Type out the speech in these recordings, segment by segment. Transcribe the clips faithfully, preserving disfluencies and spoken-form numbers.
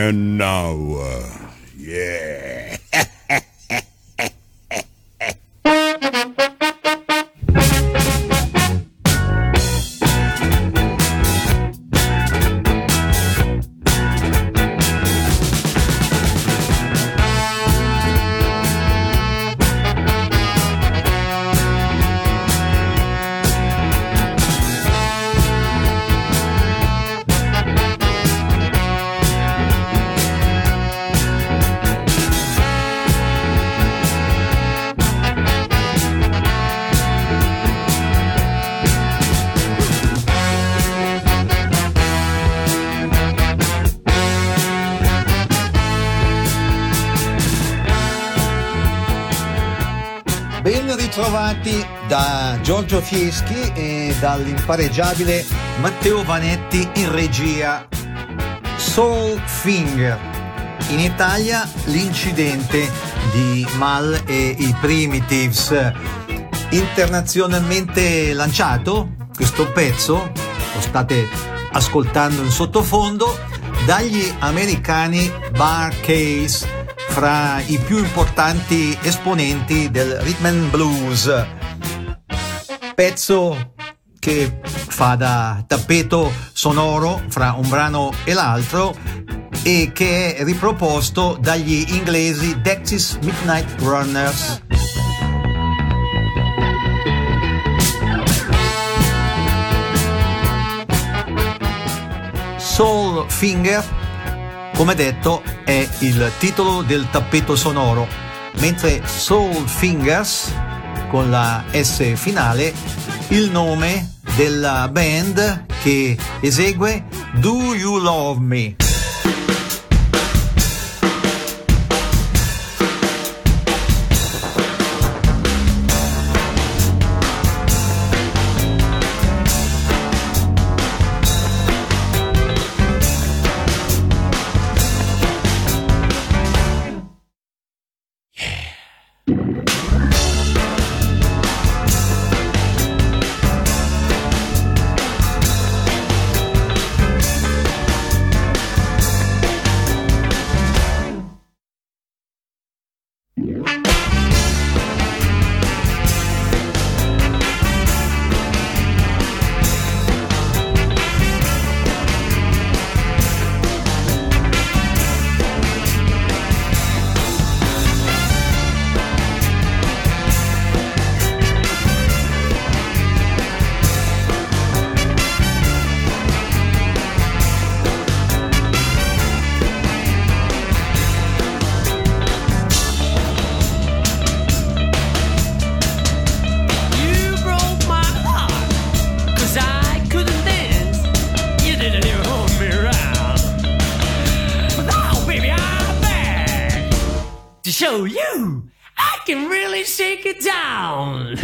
And now, uh, yeah. Trovati da Giorgio Fieschi e dall'impareggiabile Matteo Vanetti in regia. Soul Finger, in Italia l'incidente di Mal e i Primitives. Internazionalmente lanciato questo pezzo, lo state ascoltando in sottofondo, dagli americani Bar Case, fra i più importanti esponenti del rhythm and blues, pezzo che fa da tappeto sonoro fra un brano e l'altro e che è riproposto dagli inglesi Dexys Midnight Runners. Soul Finger, come detto, è il titolo del tappeto sonoro, mentre Soul Fingers, con la S finale, il nome della band che esegue Do You Love Me? Show you I can really shake it down.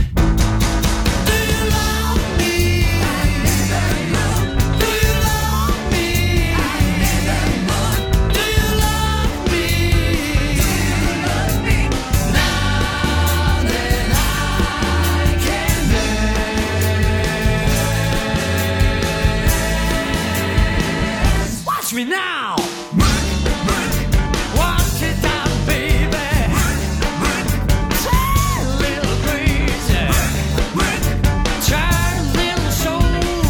Watch me now. Watch it out, baby. Try a little crazy. Try a little show.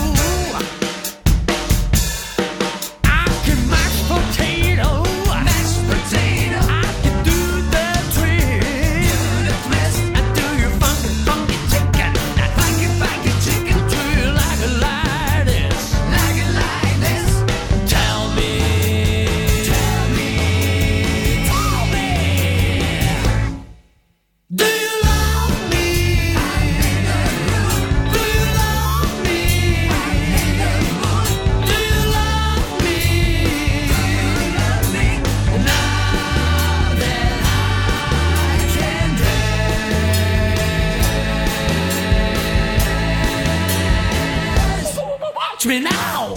I can mash potato. Mash potato. I can do the twist. Do the twist. I do your funky, funky chicken. Funky, funky chicken. Do you like it like this? Like it like this? Tell me. Tell me. Tell me. Do you love me? Do you love me? Do you love me? Now that I can dance. Watch me now.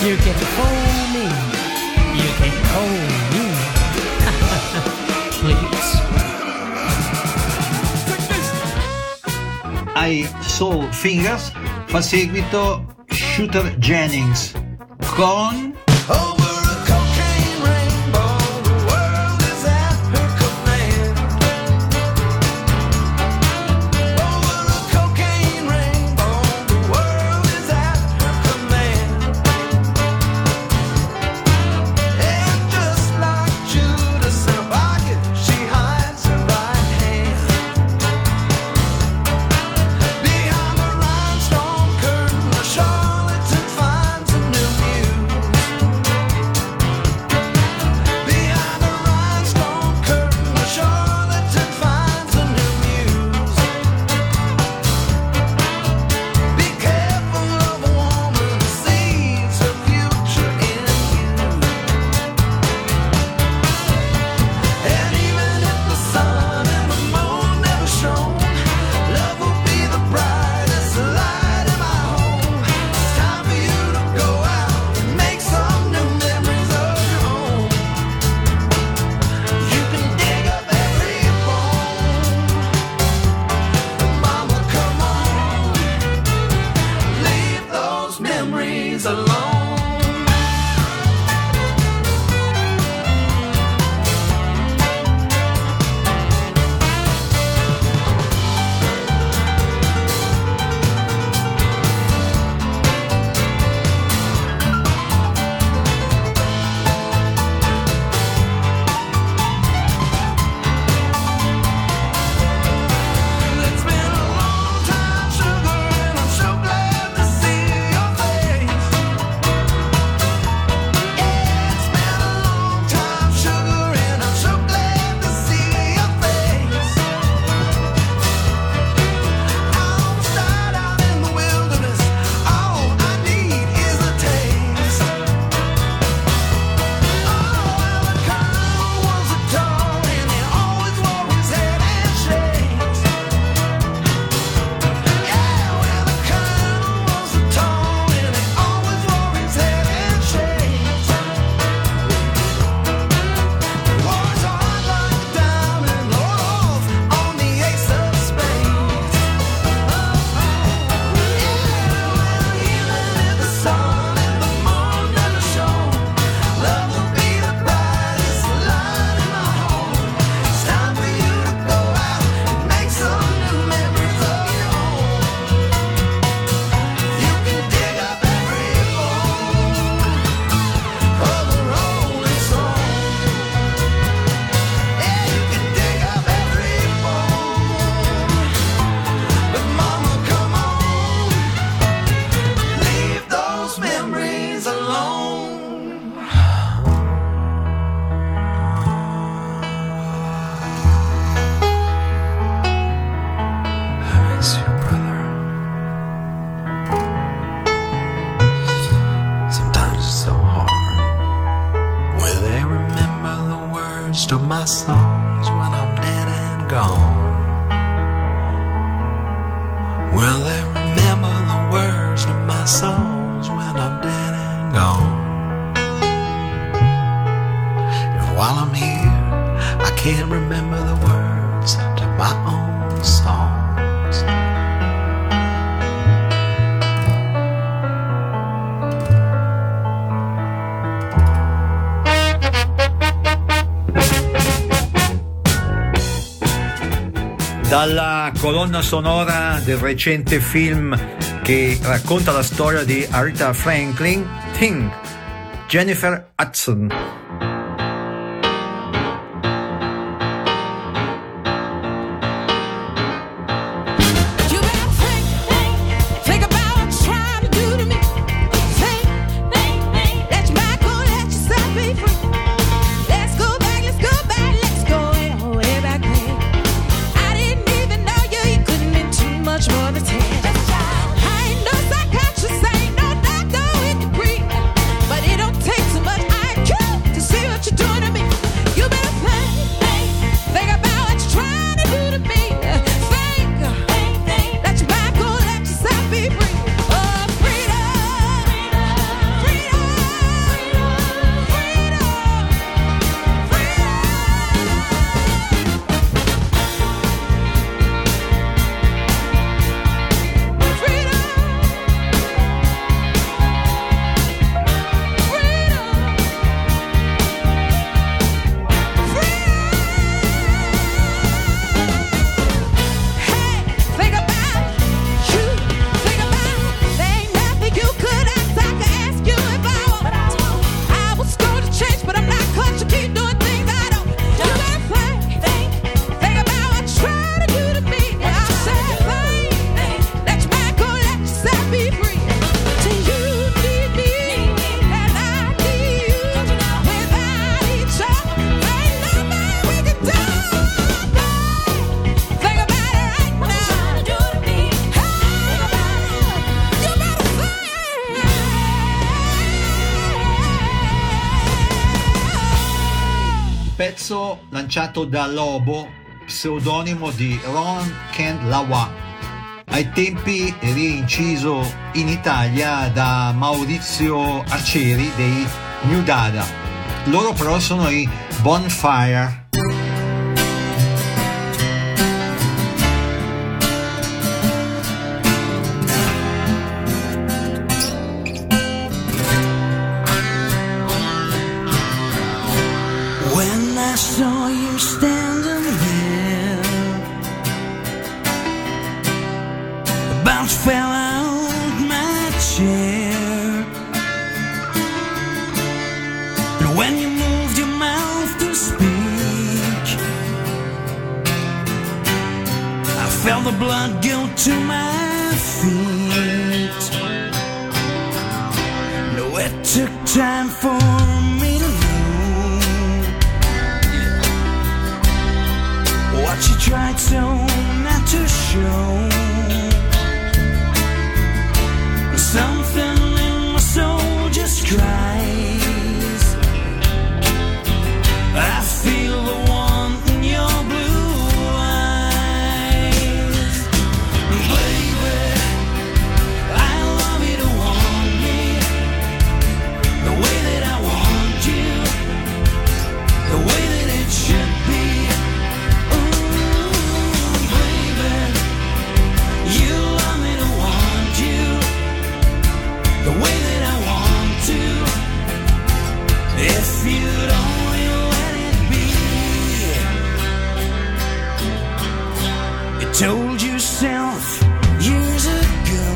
You can hold me. You can hold me. Please. Ai Soul Fingers fa seguito Shooter Jennings con Over a cocaine rainbow, the world is at her command. Over a cocaine rainbow, the world is at her command. And just like Judas in a pocket, she hides her right hand. Behind the rhinestone curtain, a charlatan finds a new muse. Behind the rhinestone curtain, a charlatan finds a new muse. Be careful of a woman who sees her future in you. And even if the sun and the moon never shone, love will be the brightest light in my home. It's time for you to go out and make some new memories of your own. You can dig up every bone. Mama, come on, leave those memories alone. It's been a long time, sugar, and I'm so glad to see your face. Yeah, it's been a long time, sugar, and I'm so glad to see your face. I almost died out in the wilderness. All I need is a taste. Oh, well, the colonel was a tall, and he always wore his head and shades. Yeah, well, the colonel was a tall, and he always wore his head and shades. Wore his heart like a diamond, Lord off on the ace of spades. Yeah, well, even if the sun and the moon never shone, love will be the brightest light in my home. It's time for you to go out and make some new memories of your own. You can dig up every bone of a rolling stone. Yeah, you can dig up every bone. But mama, come on, leave those memories alone. I miss you, brother. Sometimes it's so hard. Will they remember the words to my songs when I'm dead and gone? Will they remember the words to my songs when I'm dead and gone? If while I'm here I can't remember the words to my own songs. dalla colonna sonora del recente film che racconta la storia di Aretha Franklin, Think, Jennifer Hudson. But it don't take so much I Q to pezzo lanciato da Lobo, pseudonimo di Ron Kent Lawa, ai tempi rinciso in Italia da Maurizio Arcieri dei New Dada. Loro però sono i Bonfire. When I saw you standing there, about fell out my chair. And when you moved your mouth to speak, I felt the blood go to my feet. No, it took time for me to what you tried so not to show. Something in my soul just cries. I feel the warmth in your blue eyes. Baby, I love you to want me the way that I want you, the way that it should be. The way that I want to, if you'd only let it be. You told yourself years ago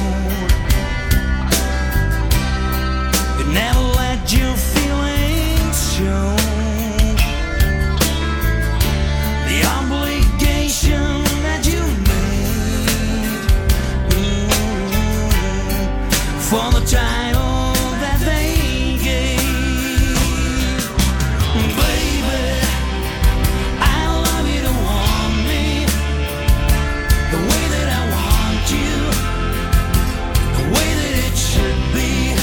you'd never let your feelings show. The obligation that you for the title that they gave. Baby, I love you to want me the way that I want you, the way that it should be.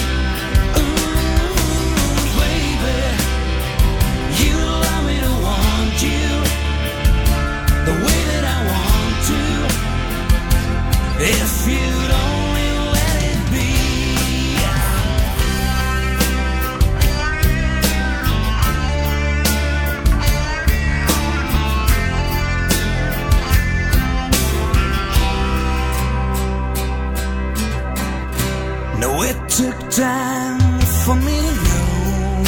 Ooh, baby, you love me to want you the way that I want to, if you'd only let it be. No, it took time for me to know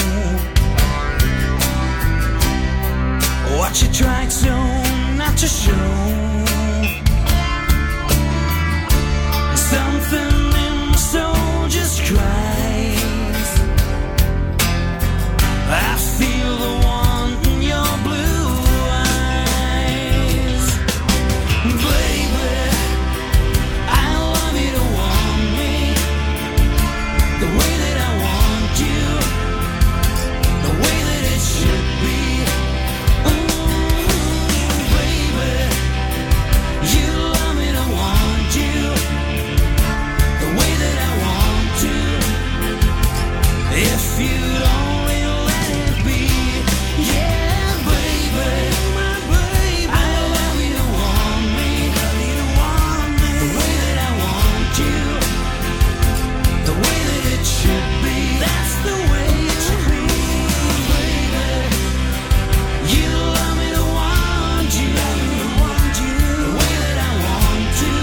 what you tried so not to show. Something in my soul just cries. I feel the warmth in your blue eyes. Baby, I love you to want me the way that I want you, the way that it should be. Ooh, baby, you love me to want you the way that I want to, if you'd only let it be. Yeah, baby, my baby, I love you to want me the way that I want you, the way that it should be. That's the way it should be. Baby, you love me to want you the way that I want to,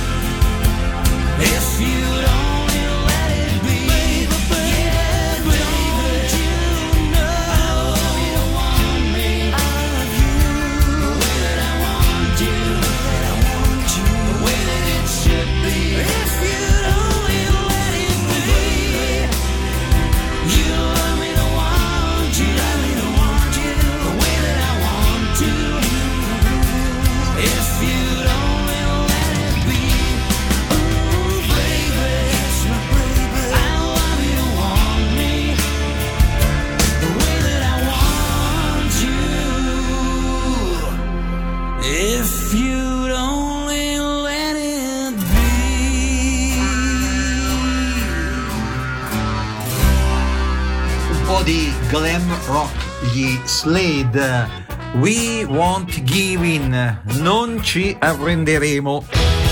if you'd only let it be. Yeah, baby, you know I love you to want me. I love you the way that I want you, the way that it should be. If you'd only let it be. You love me to want you, the way that I want to, if you'd only let it be. Ooh, baby, I love you to want me the way that I want you, if you'd only let it be. Un po' di glam rock gli Slade, We Won't Give In, non ci arrenderemo.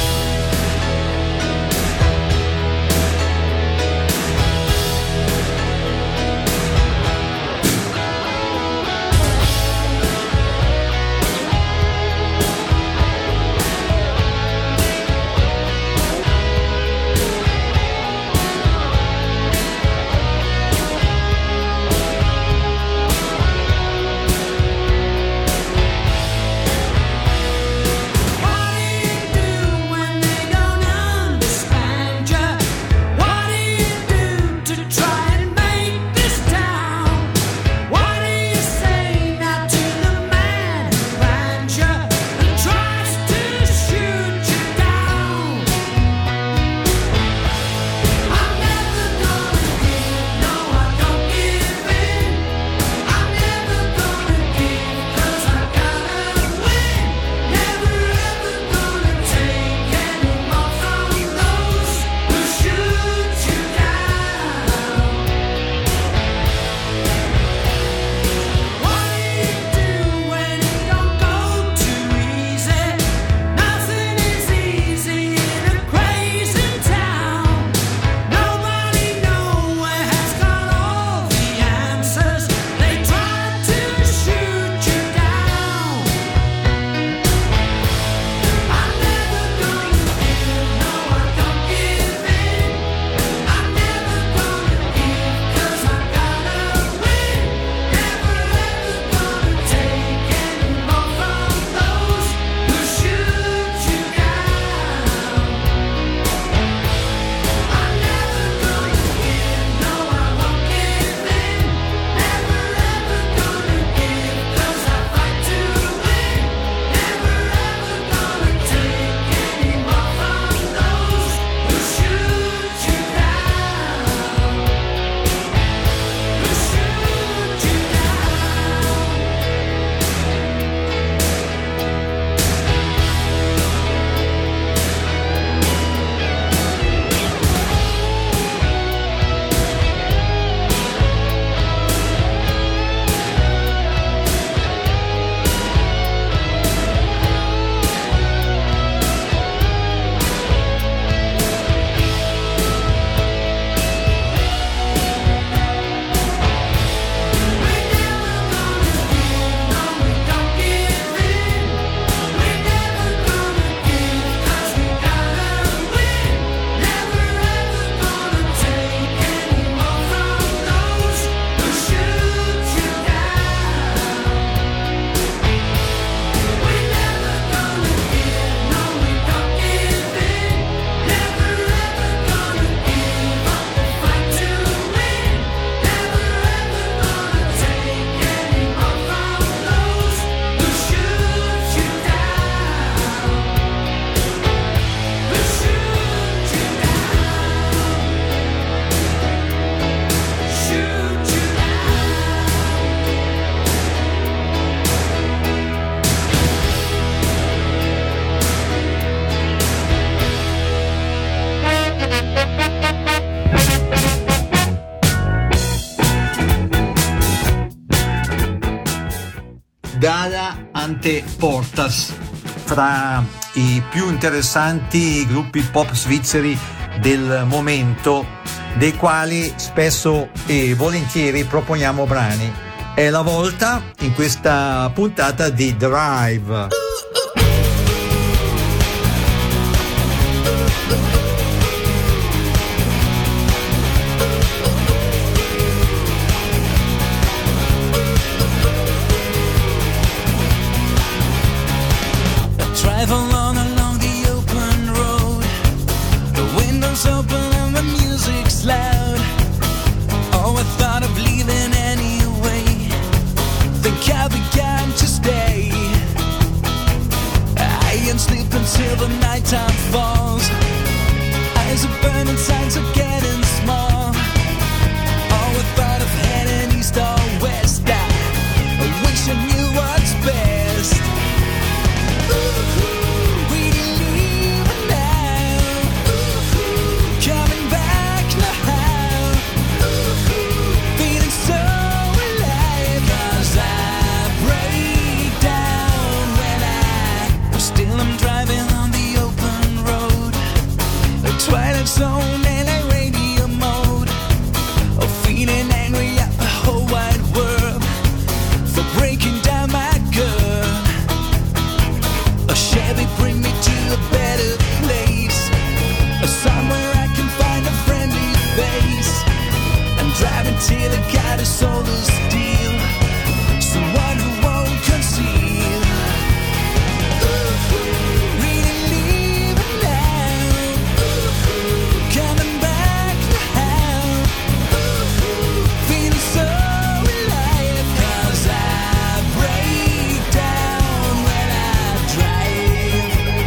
Dada ante Portas, fra i più interessanti gruppi pop svizzeri del momento, dei quali spesso e volentieri proponiamo brani. È la volta in questa puntata di Drive. I began to stay. till it got his soul to steal. Someone who won't conceal. Really leaving now. Coming back now. Feeling so alive. 'Cause I break down when I drive.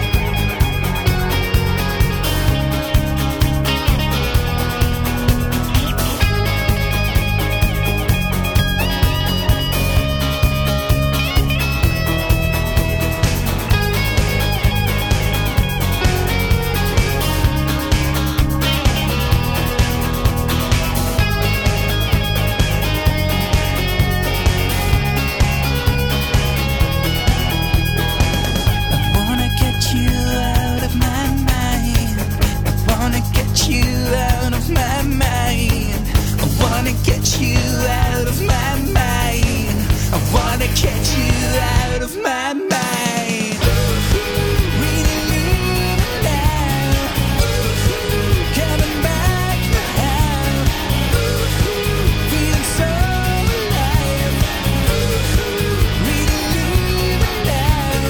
I wanna get you out of my mind. I wanna get you out of my mind. I wanna get you out of my mind. I wanna get you out of my mind. Really leaving now. Coming back now. Feeling so alive. Really leaving now.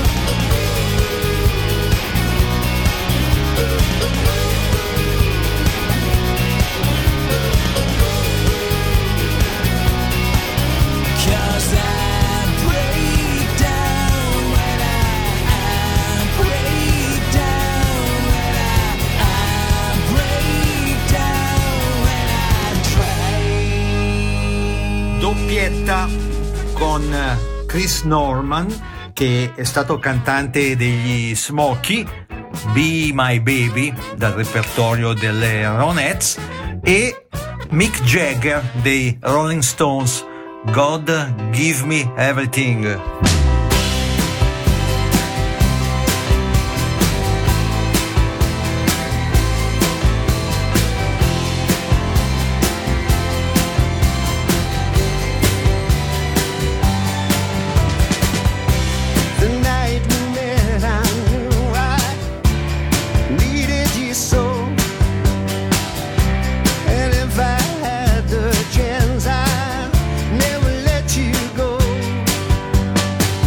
Cause I break down when I, I break down when I, I break down when I try. Doppietta con Chris Norman, che è stato cantante degli Smokey, Be My Baby dal repertorio delle Ronettes, e Mick Jagger dei Rolling Stones, God Give Me Everything. The night we met, I knew I needed you so. And if I had the chance, I'd never let you go.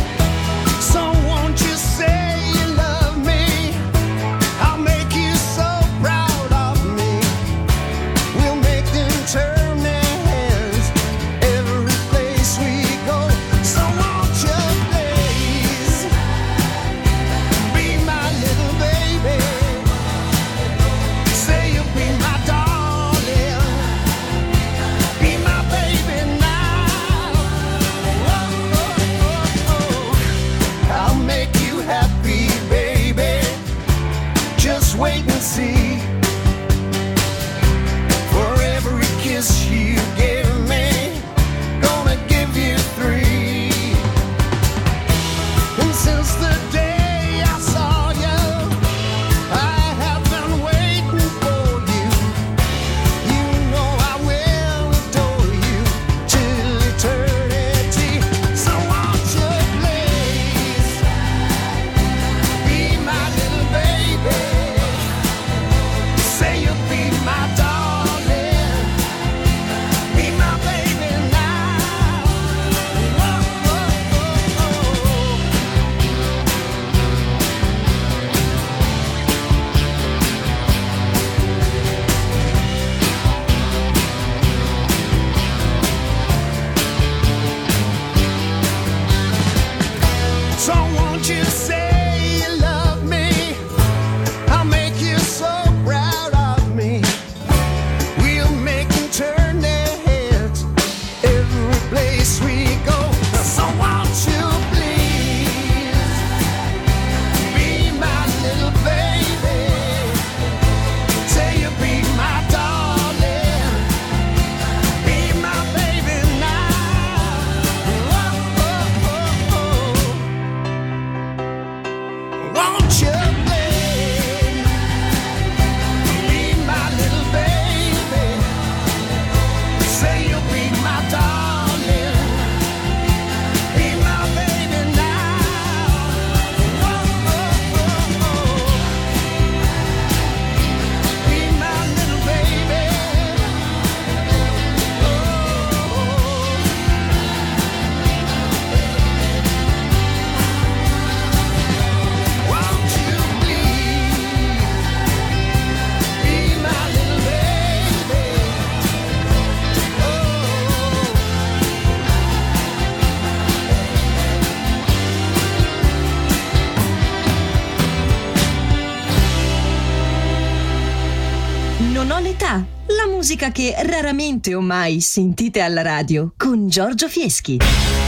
musica che raramente o mai sentite alla radio con Giorgio Fieschi.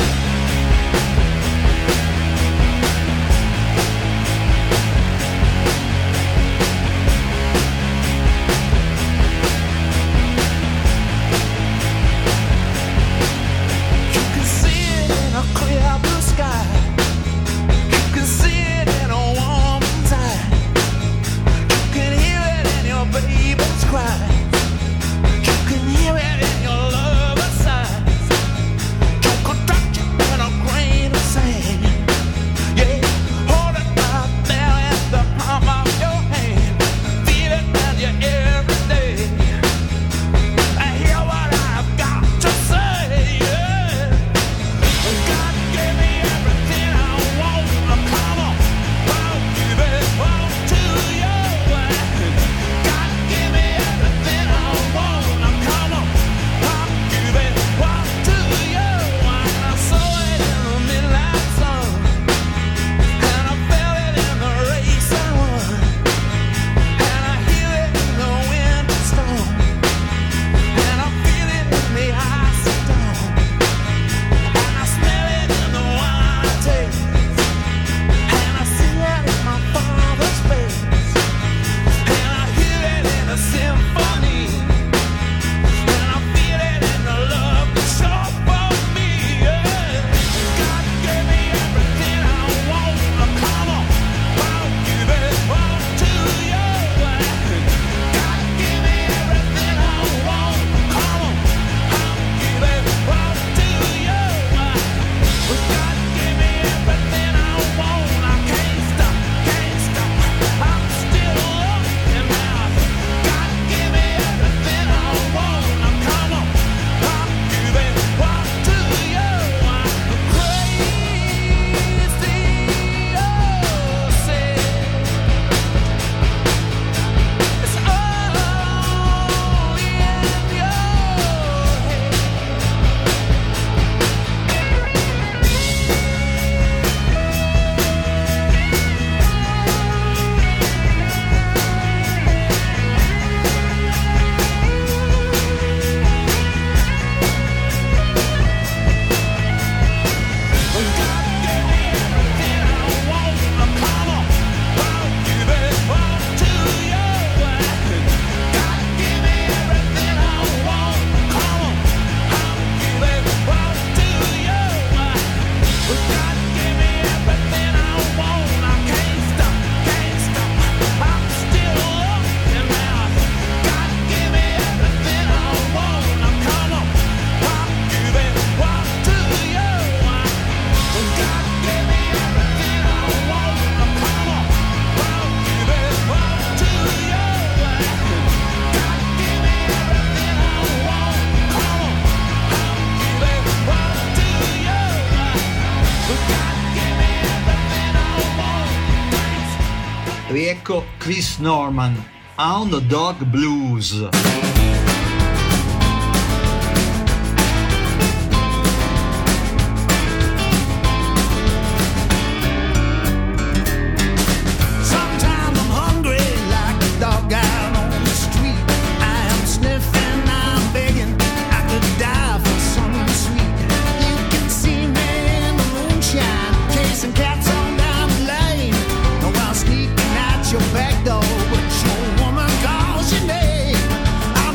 Riecco Chris Norman, Hound Dog Blues. Sometimes I'm hungry like a dog out on the street. I am sniffing, I'm begging, I could die for something sweet. You can see me in the moonshine, chasing cats on down the lane. While sneaking out your back door, but your woman calls your name. I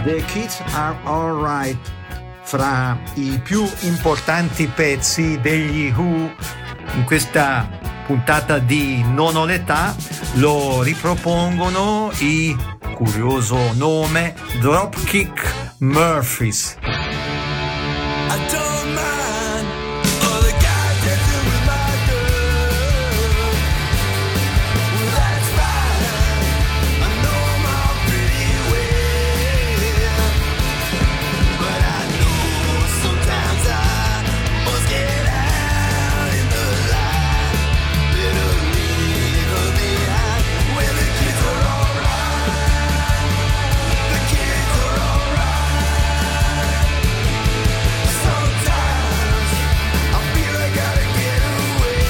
The Kids Are Alright, fra i più importanti pezzi degli Who in questa puntata di Non ho l'età, lo ripropongono i, curioso nome, Dropkick Murphys. I don't mind all the guys dancing with my girl. Well, that's fine. I know my pretty well, but I know sometimes I must get out in the light. Better leave her behind when the kids are alright. The kids are alright. Sometimes I feel I gotta get away.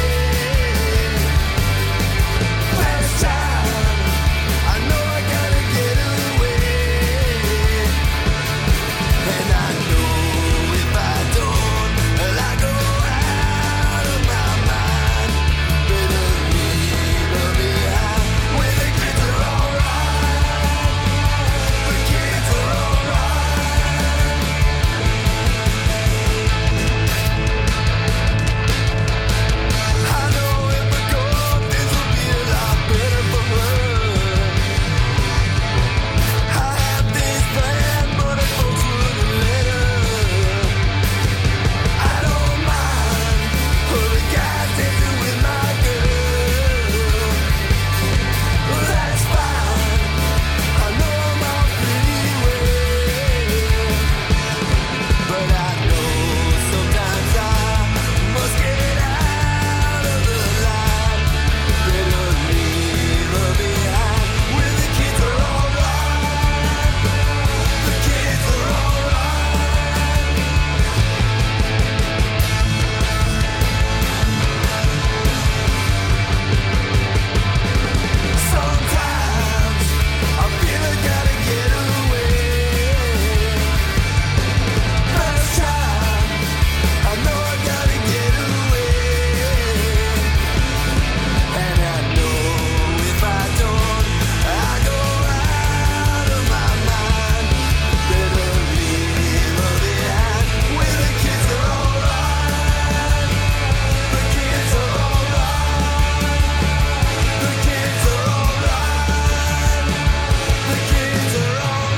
Last time I know I gotta get away, and I know if I don't, I go out of my mind. Better leave her behind when the kids are alright. The kids are alright. I know if I go, things will be a lot better for her. I have things planned, but folks wouldn't let her. I don't mind for the guys dancing with my girl. Well, that's fine. I know my pretty well, but I know sometimes I must get out of the line. Better leave her behind when the kids are alright. The kids are alright. Sometimes I feel I gotta get away. First time I know I gotta get away, and I know if I don't, I go out of my mind. Better leave her behind when the kids are alright. The kids are alright. The kids are alright. The kids are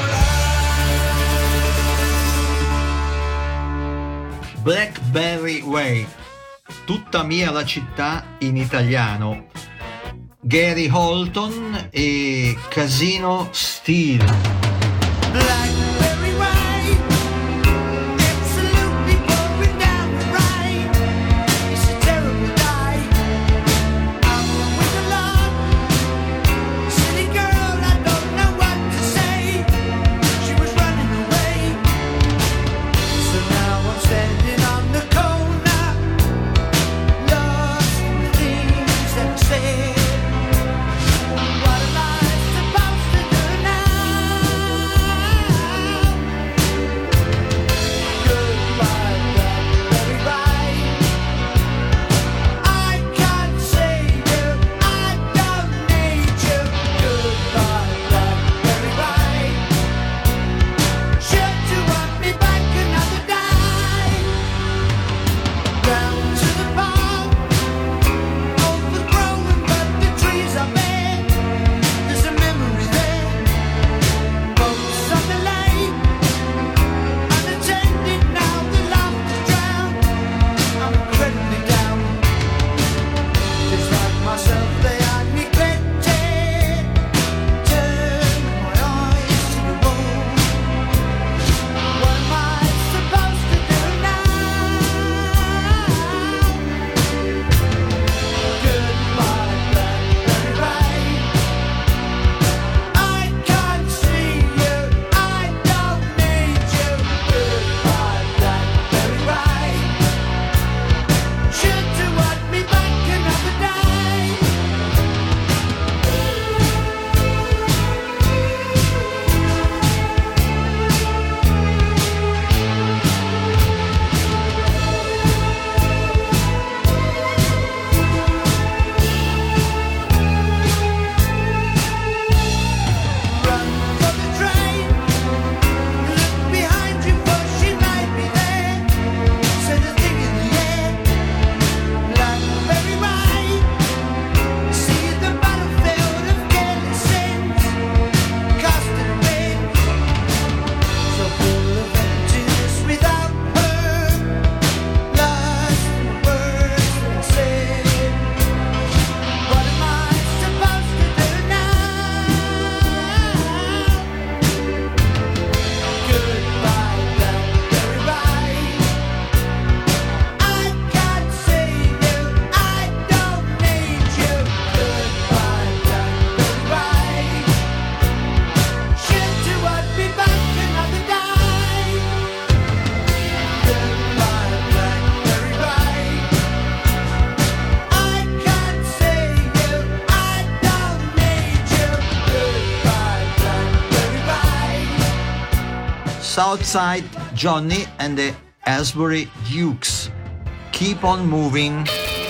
alright. Blackberry Way, Tutta mia la città in italiano, Gary Holton e Casino Steel. Blackberry Way, absolutely pouring down the rain. It's a terrible day. I'm with the love, silly girl, I don't know what to say. She was running away, so now I'm standing on the corner, lost in the things that I said. What am I supposed to do now? Southside Johnny and the Asbury Dukes. Keep on moving.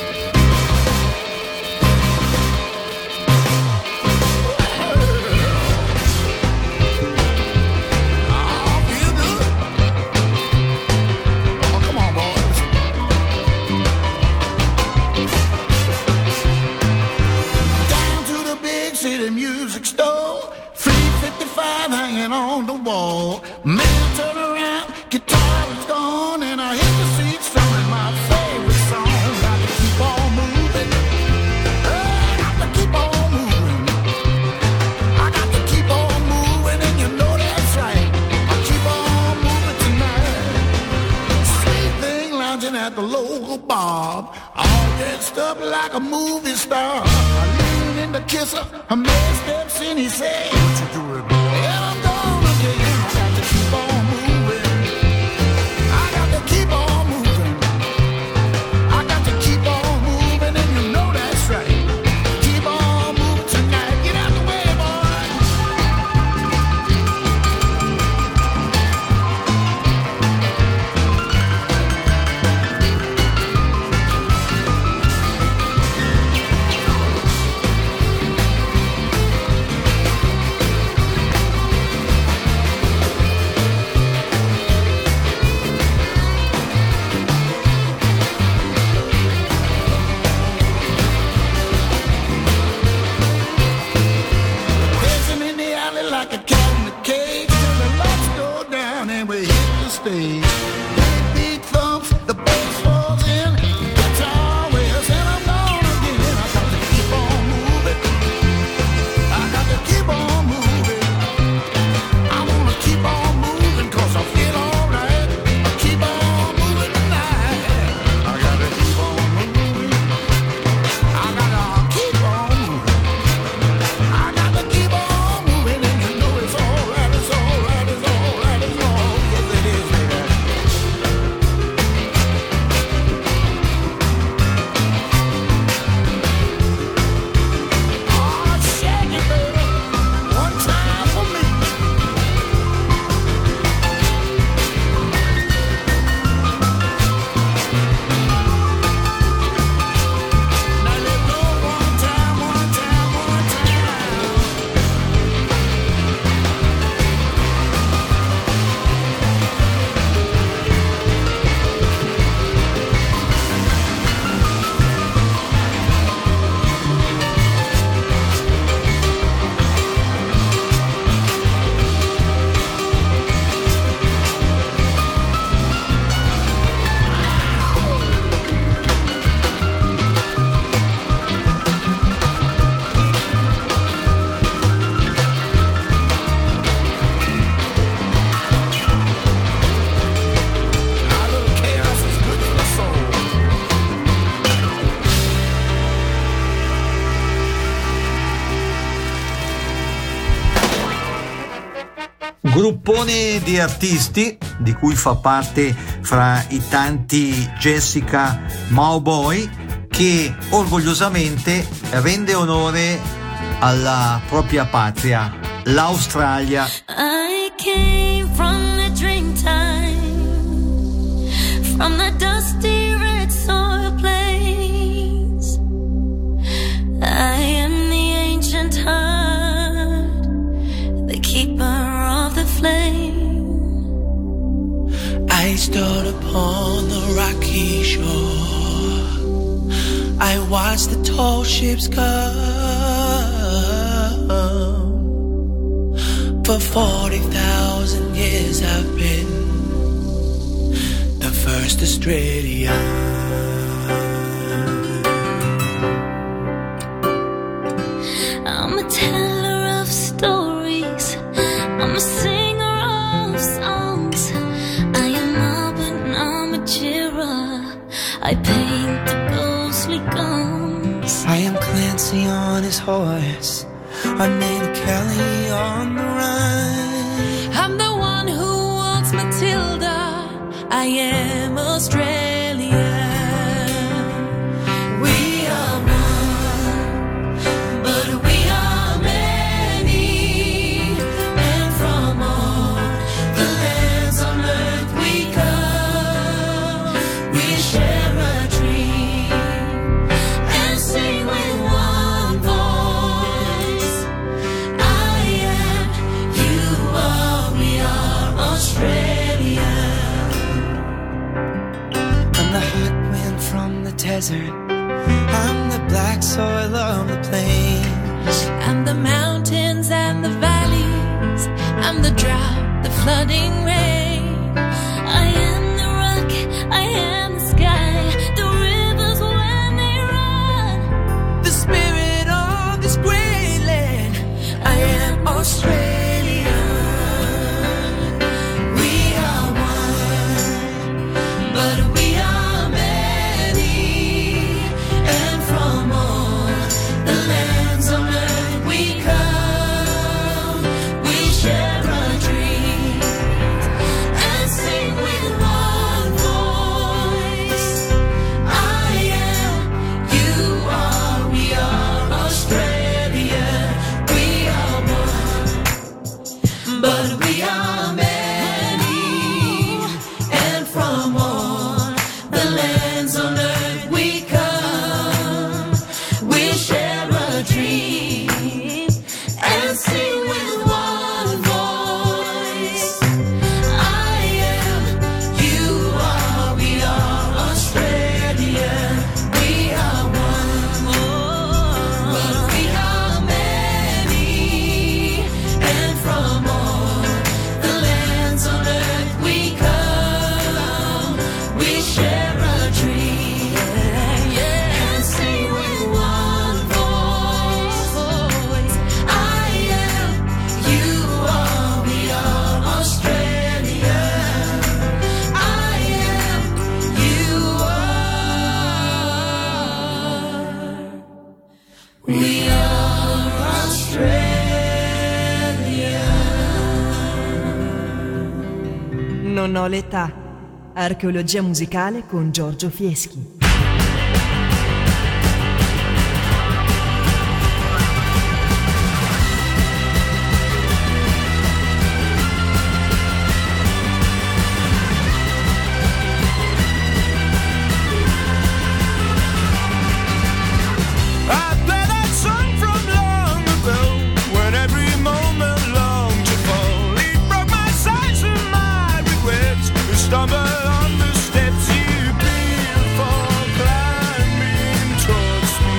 On the wall, man, turn around, guitar is gone, and I hit the seat, strumming my favorite song. Got to keep on moving, I got to keep on moving, I got to keep on moving, and you know that's right. I keep on moving tonight. Same thing, lounging at the local bar, all dressed up like a movie star. I lean in to kiss her, her man steps in, he said, "What you doing, boy?" And I'm gone. I got to keep on moving. I got to keep on moving. I got to keep on moving, and you know that's right. Keep on moving tonight. Get out the way, like a cat in the cage till the lights go down and we hit the stage. Big beat thumps, the bass falls in, guitar wails, and I'm gone again. I got to keep on moving. I got to keep on moving. I wanna keep on moving 'cause I feel alright. I keep on moving tonight. I gotta keep on moving. I gotta keep on moving. I gotta keep on moving, and you know it's alright, it's alright, it's alright, it's all. Yes, it is, baby. Oh, shake it, baby. One time for me. Now let's go one time, one time, one time. A little chaos is good for the soul. Gruppone di artisti di cui fa parte fra i tanti Jessica Mauboy, che orgogliosamente rende onore alla propria patria, l'Australia. I came from the dreamtime, from the dusty red soil plains. I am the ancient heart, the keeper of the flame. I stood upon the rocky shore. I watched the tall ships come. For forty thousand years I've been the first Australian. I'm a teller of stories, I'm a singer of songs. I am Albert, I'm a cheerer, I paint the ghostly guns. I am Clancy on his horse, I'm named Kelly on the run. I'm the one who walks Matilda, I am Australia. We are one, but we are many, and from all the land desert. I'm the black soil of the plains. I'm the mountains and the valleys. I'm the drought, the flooding rain. I am the rock, I am the sky. The rivers when they run. The spirit of this great land. I am Australia. We are one, but we are many. And from all the lands on earth we come. We share a dream and sing with one voice. I am, you are, we are Australia. We are one, but we are many. And from all the lands on earth we come. We share a dream and sing with one voice. I am, you are, we are Australia. We are one, but we are many. And from all the lands on earth we come. We share a dream and sing with one voice. I am, you are, we are Australia. I am, you are, we are Australia. Non ho l'età. Archeologia musicale con Giorgio Fieschi. I play that song from long ago, when every moment longed to fall. It broke my sighs and my regrets. We stumble on the steps you built for climbing towards me.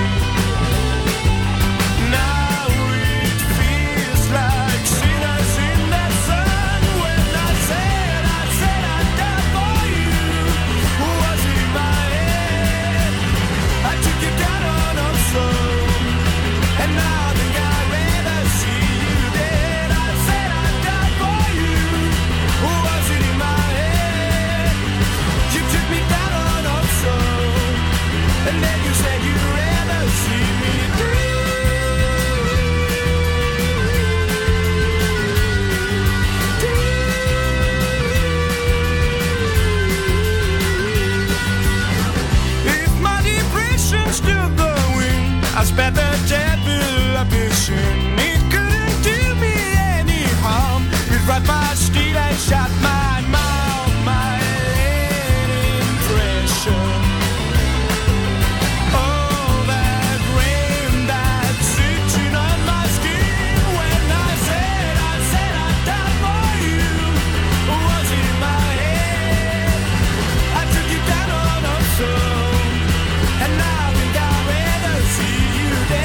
Now it feels like sinners in the sun. When I said, I said I'd die for you, was it in my head? I took you down on a soul, and now I think I'd rather see you dead. I said I'd die for you, was it in my head? You took me down on a soul, and then you said you'd rather see me dead. If my depression's still going, I spent the devil up his sin. He couldn't do me any harm. He grabbed my steed and shot my mouth, my impression. Oh, that rain that's itching on my skin. When I said, I said I'd die for you, was it in my head? I took you down on a soul, and now I think I'd rather see you dead.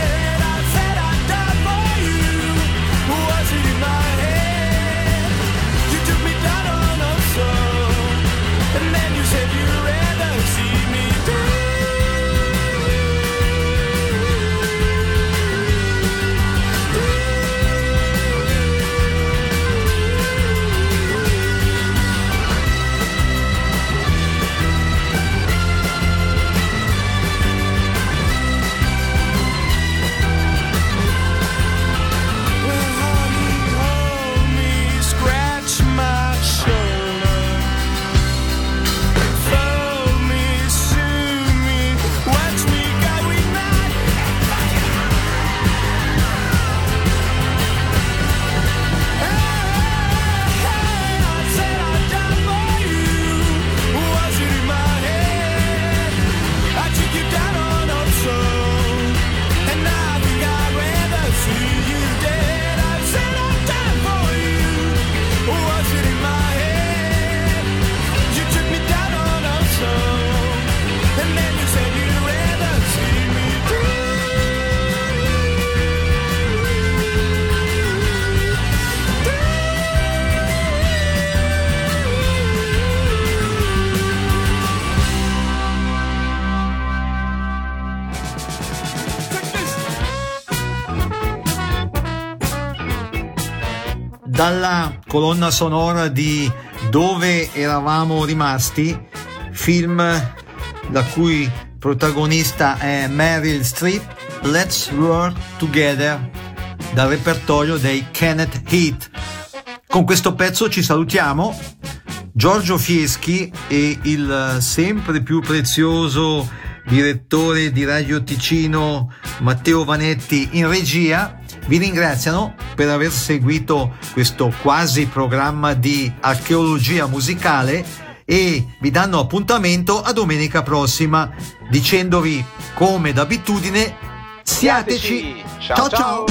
dalla colonna sonora di Dove eravamo rimasti, film la cui protagonista è Meryl Streep, Let's Work Together, dal repertorio dei Kenneth Heat. Con questo pezzo ci salutiamo. Giorgio Fieschi e il sempre più prezioso direttore di Radio Ticino Matteo Vanetti in regia vi ringraziano per aver seguito questo quasi programma di archeologia musicale e vi danno appuntamento a domenica prossima dicendovi come d'abitudine siateci. Ciao ciao.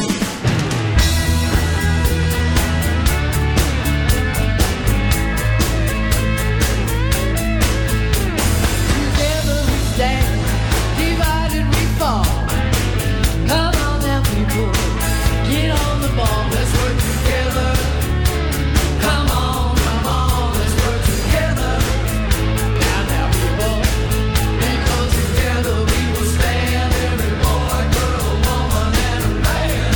Together we stand, divided we fall. Come on now, people, get on the ball. Let's work together. Come on, come on, let's work together. Now, now, people, because together we will stand. Every boy, girl, woman, and a man.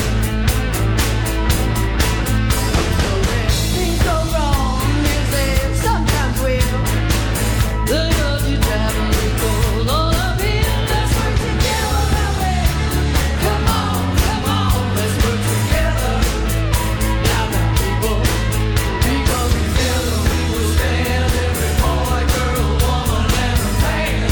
So when things go wrong, as they sometimes will, look up you travel, we go all up here. Let's work together, now, man. Come on, come on, let's work together. Now, now, people, because together we will stand. Every boy, girl, woman, and a man.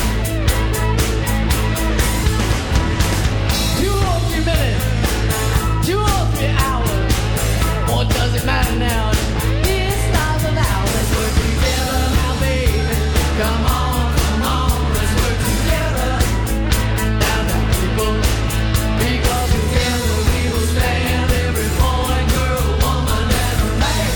Two or three minutes, two or three hours, what does it matter now? It's not allowed. Let's work together now, baby. Come on, come on, let's work together. Now, now, people, because together we will stand. Every boy, girl, woman, and a man.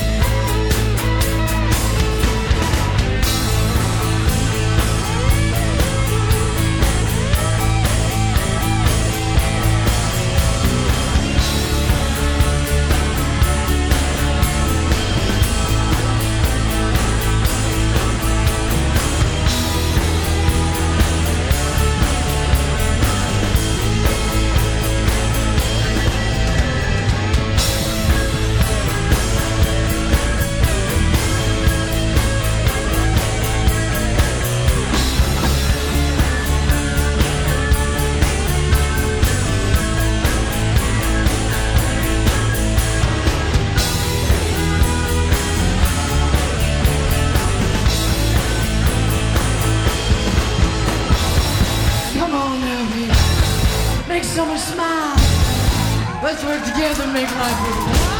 Come on now, baby. Make someone smile. Let's work together, make life worthwhile.